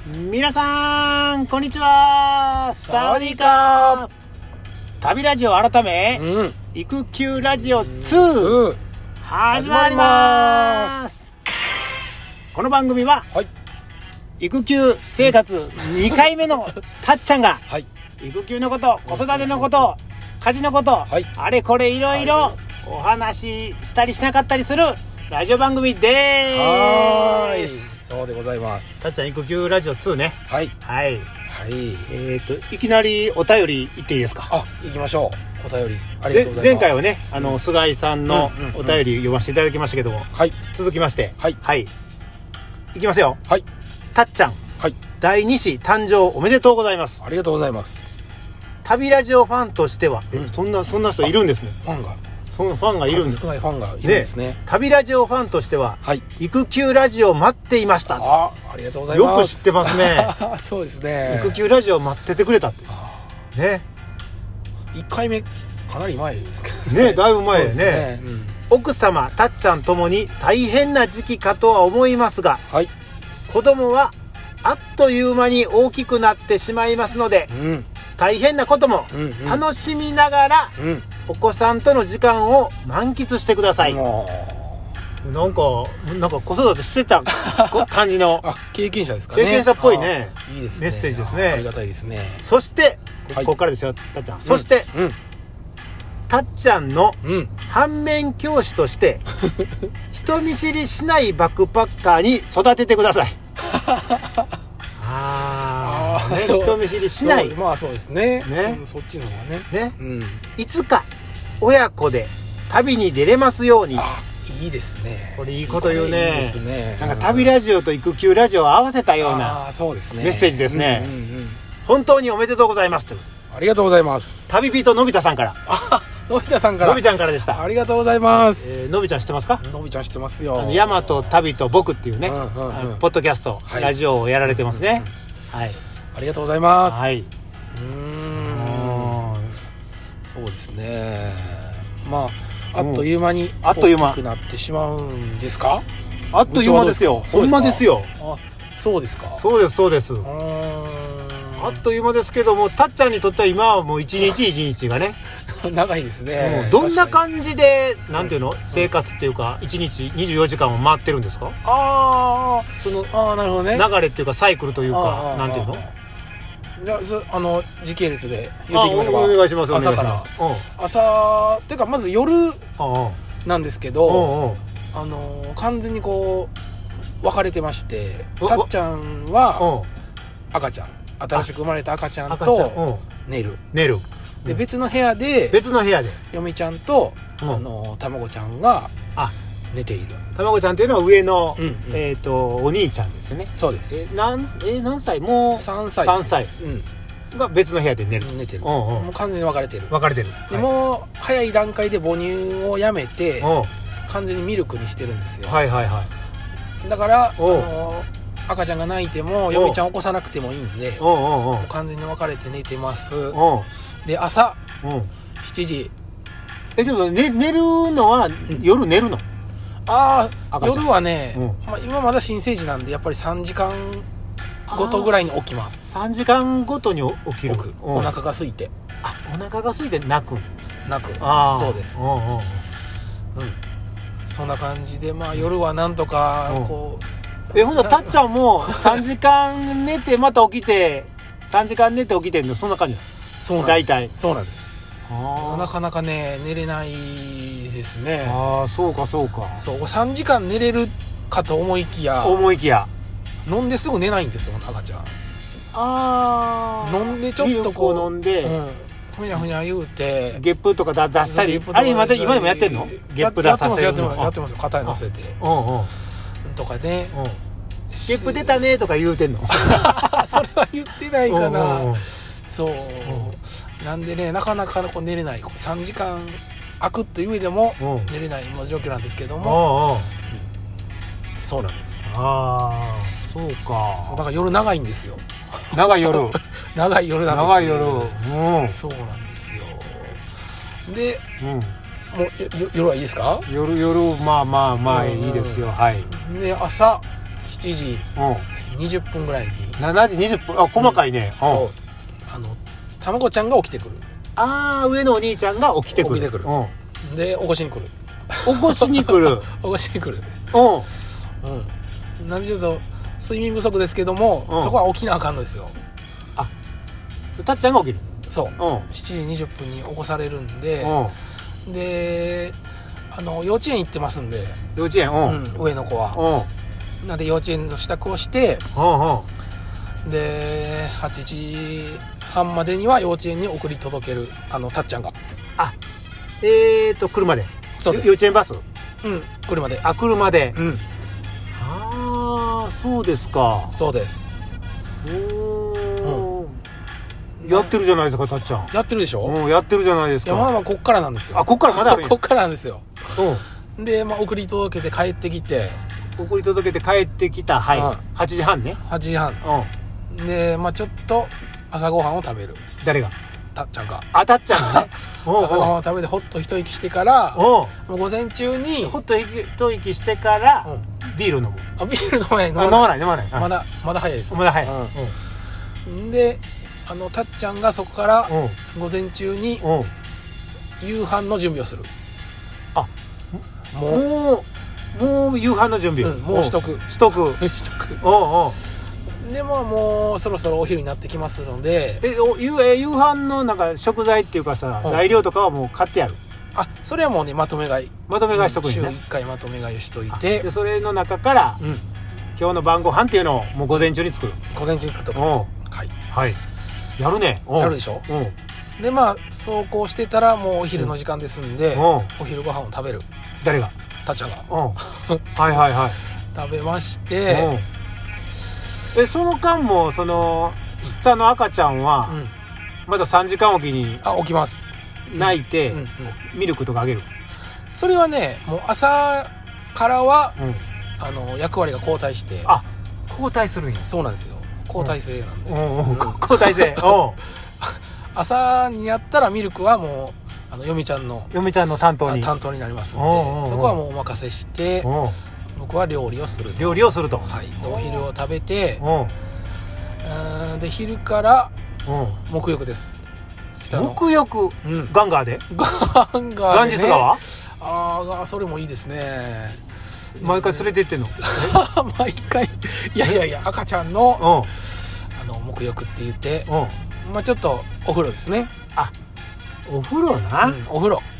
皆さんこんにちは。サワディーカー。旅ラジオ改め、育休ラジオ2始まります。この番組は、育休生活2回目のたっちゃんが、育休のこと、子育てのこと、家事のこと、あれこれいろいろお話ししたりしなかったりするラジオ番組です。 そうでございます。 たっちゃん育休ラジオ2ね。いきなりお便り言っていいですか？ 行きましょう。お便りありがとうございます。 前回はね、菅井さんのお便り読ませていただきましたけども、続きまして、いきますよ。たっちゃん、第2子誕生おめでとうございます。 ありがとうございます。 旅ラジオファンとしては、そんな人いるんですね。 ファンがいるんです。 数少ないファンがいるんですね。 旅ラジオファンとしては、育休ラジオ待っていました。 ありがとうございます。 よく知ってますね。 そうですね。 育休ラジオ待っててくれたってね。 1回目かなり前ですけどね。だいぶ前ですね。奥様たっちゃんともに大変な時期かとは思いますが、子供はあっという間に大きくなってしまいますので、大変なことも楽しみながら、お子さんとの時間を満喫してください。なんか子育てしてた感じの経験者ですかね。 経験者っぽいね。 いいですね。 メッセージですね。 ありがたいですね。 そしてここからですよ、たっちゃん。そしてたっちゃんの反面教師として人見知りしないバックパッカーに育ててください。人見知りしない。 まあそうですね。そっちの方がね。 いつか親子で旅に出れますように。 いいですね。 これいいこと言うね。 いいですね。 なんか旅ラジオと育休ラジオを合わせたようなメッセージですね。本当におめでとうございますと。 ありがとうございます。 旅人のび太さんから。 のび太さんから。 のびちゃんからでした。 ありがとうございます。 のびちゃん知ってますか？ のびちゃん知ってますよ。 ヤマト旅と僕っていうね、ポッドキャスト、ラジオをやられてますね。 ありがとうございます。そうですね。まああっという間に大きくなってしまうんですか？ あっという間ですよ。ほんまですよ。 そうですか。 そうです。あっという間ですけども、たっちゃんにとっては今はもう一日一日がね長いですね。 どんな感じでなんていうの、生活っていうか一日24時間を回ってるんですか？ なるほどね。 流れっていうかサイクルというかなんていうの？ じゃあ時系列で言っていきましょうか。 お願いします。 朝から朝っていうかまず夜なんですけど、完全にこう分かれてまして、たっちゃんは赤ちゃん、新しく生まれた赤ちゃんと寝るで、別の部屋で嫁ちゃんとたまごちゃんが寝ている。 たまごちゃんっていうのは上のお兄ちゃんですよね。 そうです。 何歳？もう 3歳 3歳が別の部屋で寝てる。 もう完全に分かれてる。でも早い段階で母乳をやめて完全にミルクにしてるんですよ。だから赤ちゃんが泣いても嫁ちゃん起こさなくてもいいんで完全に分かれて寝てます。で朝7時。 ちょっと寝るのは夜寝るの？ 夜はね、今まだ新生児なんでやっぱり3時間ごとぐらいに起きます。 3時間ごとに起きる。 お腹が空いて。 お腹が空いて泣く。 そうです。そんな感じで夜はなんとかこう。 ほんとたっちゃんも3時間寝てまた起きて3時間寝て起きてるのそんな感じ？大体そうなんです。なかなかね寝れないですね。 そうか 3時間寝れるかと思いきや飲んですぐ寝ないんですよ、赤ちゃん。飲んでちょっとこう飲んでふにゃふにゃ言うてゲップとか出したり、あれ今でもやってんの？ゲップ出させるのやってますよ。肩に乗せてとかね。 ゲップ出たねとか言うてんの？ それは言ってないかな。そうなんでね、なかなか寝れない。3時間空くという上でも寝れない状況なんですけども、そうなんです。 そうか。 だから夜長いんですよ。 長い夜なんですよ。そうなんですよ。で、もう夜はいいですか？夜まあいいですよ。で朝7時 20分ぐらいに 7時20分細かいね、 そうたまごちゃんが起きてくる。 上のお兄ちゃんが起きてくるで起こしに来る起こしに来るなんでちょっと睡眠不足ですけども、そこは起きなあかんのですよ。 たっちゃんが起きる。 そう、7時20分に起こされるんで、で幼稚園行ってますんで、 幼稚園、 上の子はなんで幼稚園の支度をして、で8時半までには幼稚園に送り届けるたっちゃんが車で。 そうです。 幼稚園バス。 車で。 車で。そうですか。 そうです。 やってるじゃないですか、たっちゃん。 やってるでしょ。 やってるじゃないですか。 いや、まだこっからなんですよ。 こっからまだあるんや。 こっからなんですよ。で、送り届けて帰ってきて。 送り届けて帰ってきた。8時半ね。 8時半。で、ちょっと朝ごはんを食べる。 誰が？ たっちゃんが。 たっちゃんがね。 朝ごはんを食べてほっと一息してから、もう午前中にほっと一息してから、ビール飲む。 ビール飲まない。まだ早いです。 まだ早い。で、たっちゃんがそこから午前中に夕飯の準備をする。 もう夕飯の準備。 もうしとく。でもうそろそろお昼になってきますので、 夕飯のなんか食材っていうかさ、材料とかはもう買ってやる。 それはもうね、まとめ買いしとくんね。 週1回まとめ買いをしといて、 でそれの中から、今日の晩ご飯っていうのをもう午前中に作る。 午前中に作っとく。 やるね。 やるでしょ。でそうこうしてたらもうお昼の時間ですんで、お昼ご飯を食べる。 誰が？ たっちゃんが。食べまして、 その間もその下の赤ちゃんはまだ3時間おきに起きます。 泣いてミルクとかあげる。 それはね、もう朝からは役割が交代して。 交代するんや。 そうなんですよ。交代制なんで。 交代制。 朝にやったらミルクはもう嫁ちゃんの担当になりますので、そこはもうお任せして、僕は料理をすると。お昼を食べて、で昼から沐浴です。 沐浴、ガンガーで？ガンジス川？ それもいいですね。 毎回連れて行ってんの？ 毎回。いや赤ちゃんの沐浴って言って、ちょっとお風呂ですね。 お風呂な。 お風呂。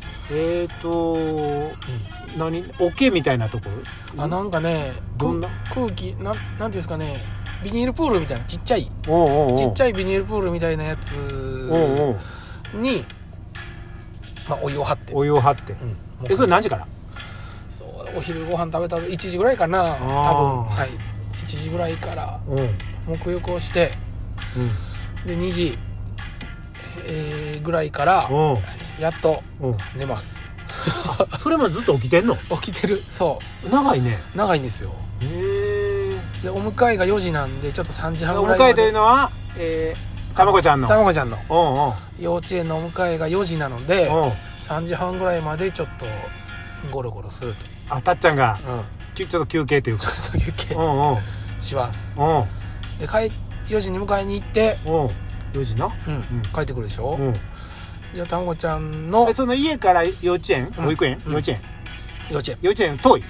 桶みたいなところ？ なんかね、空気なんていうんですかね、ビニールプールみたいなちっちゃいビニールプールみたいなやつにお湯を張って。それ何時から？お昼ご飯食べた1時ぐらいかな、多分。1時ぐらいから沐浴をして、で2時ぐらいからやっと寝ます。 それまでずっと起きてんの？ 起きてる。そう。 長いね。 長いんですよ。でお迎えが4時なんで、ちょっと3時半ぐらいまで。お迎えというのはたまごちゃんの幼稚園のお迎えが4時なので、3時半ぐらいまでちょっとゴロゴロすると。 たっちゃんがちょっと休憩というか。 休憩します。で4時に迎えに行って 4時な。 帰ってくるでしょ。じゃあたまごちゃんのその家から幼稚園、保育園、幼稚園遠い。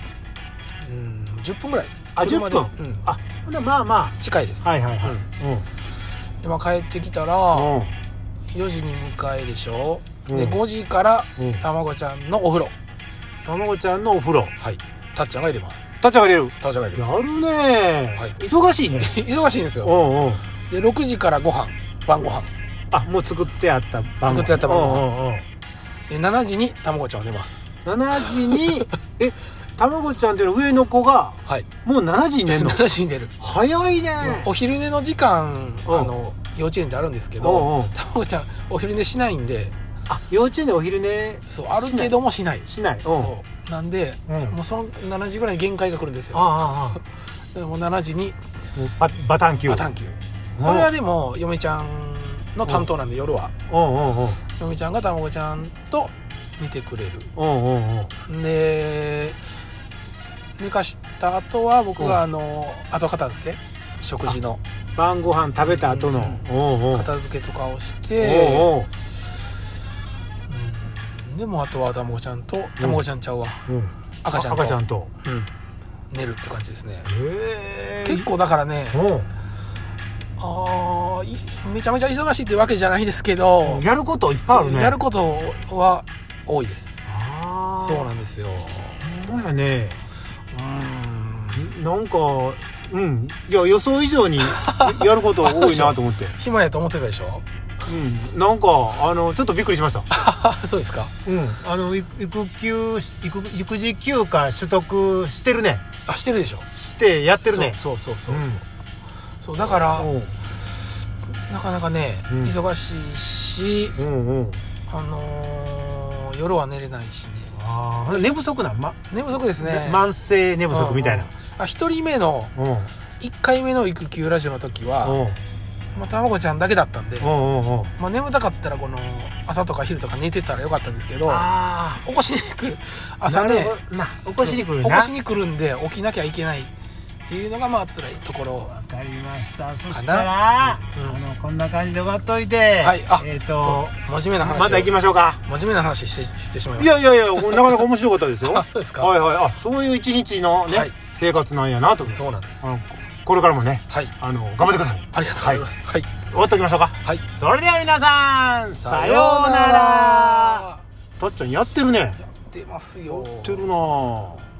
10分ぐらい。 10分。 近いです。で帰ってきたら4時に迎えでしょ。で5時からたまごちゃんのお風呂。 たまごちゃんのお風呂。 たっちゃんが入れます。 たっちゃんが入れる。 やるね。忙しいね。 忙しいんですよ。で6時から晩ご飯。 もう作ってあった晩ご飯。 で7時にたまごちゃんを寝ます。 7時にたまごちゃんっていうの上の子がもう7時に寝るの ？7時に寝る。 早いね。 お昼寝の時間幼稚園であるんですけど、たまごちゃんお昼寝しないんで。 幼稚園でお昼寝あるけどもしない。 そうなんで、もうその7時ぐらいに限界が来るんですよ。でも7時にバタンキュー。 それはでも嫁ちゃんの担当なんで、夜は嫁ちゃんがたまごちゃんと見てくれる。で寝かした後は僕が後片付け食事の晩ご飯食べた後の、 片付けとかをして、でもあとは卵ちゃんと卵ちゃんちゃうわ、赤ちゃんと、寝るって感じですね。結構だからね、めちゃめちゃ忙しいってわけじゃないですけど、 やることいっぱいあるね。 やることは多いです。そうなんですよ。 ほんまやね。なんかいや予想以上にやること多いなと思って暇やと思ってたでしょ。 なんかちょっとびっくりしました。 そうですか。 育児休暇取得してるね。 してるでしょ。 してやってるね。 そうだからなかなかね、忙しいし、夜は寝れないしね。 寝不足寝不足ですね。 慢性寝不足みたいな。 1人目の1回目の育休ラジオの時は卵ちゃんだけだったんで、眠たかったらこの朝とか昼とか寝てたらよかったんですけど、起こしに来る朝ね、 起こしに来るんで起きなきゃいけないっていうのが辛いところ。わかりました。そしたらこんな感じで終わっといて、 真面目な話また行きましょうか。 真面目な話してしまいました。 いやなかなか面白かったですよ。 そうですか。 そういう一日のね生活なんやなと。 そうなんです。 これからもね頑張ってください。 ありがとうございます。終わっておきましょうか。それでは皆さんさようなら。たっちゃんやってるね。 やってますよ。 やってるな。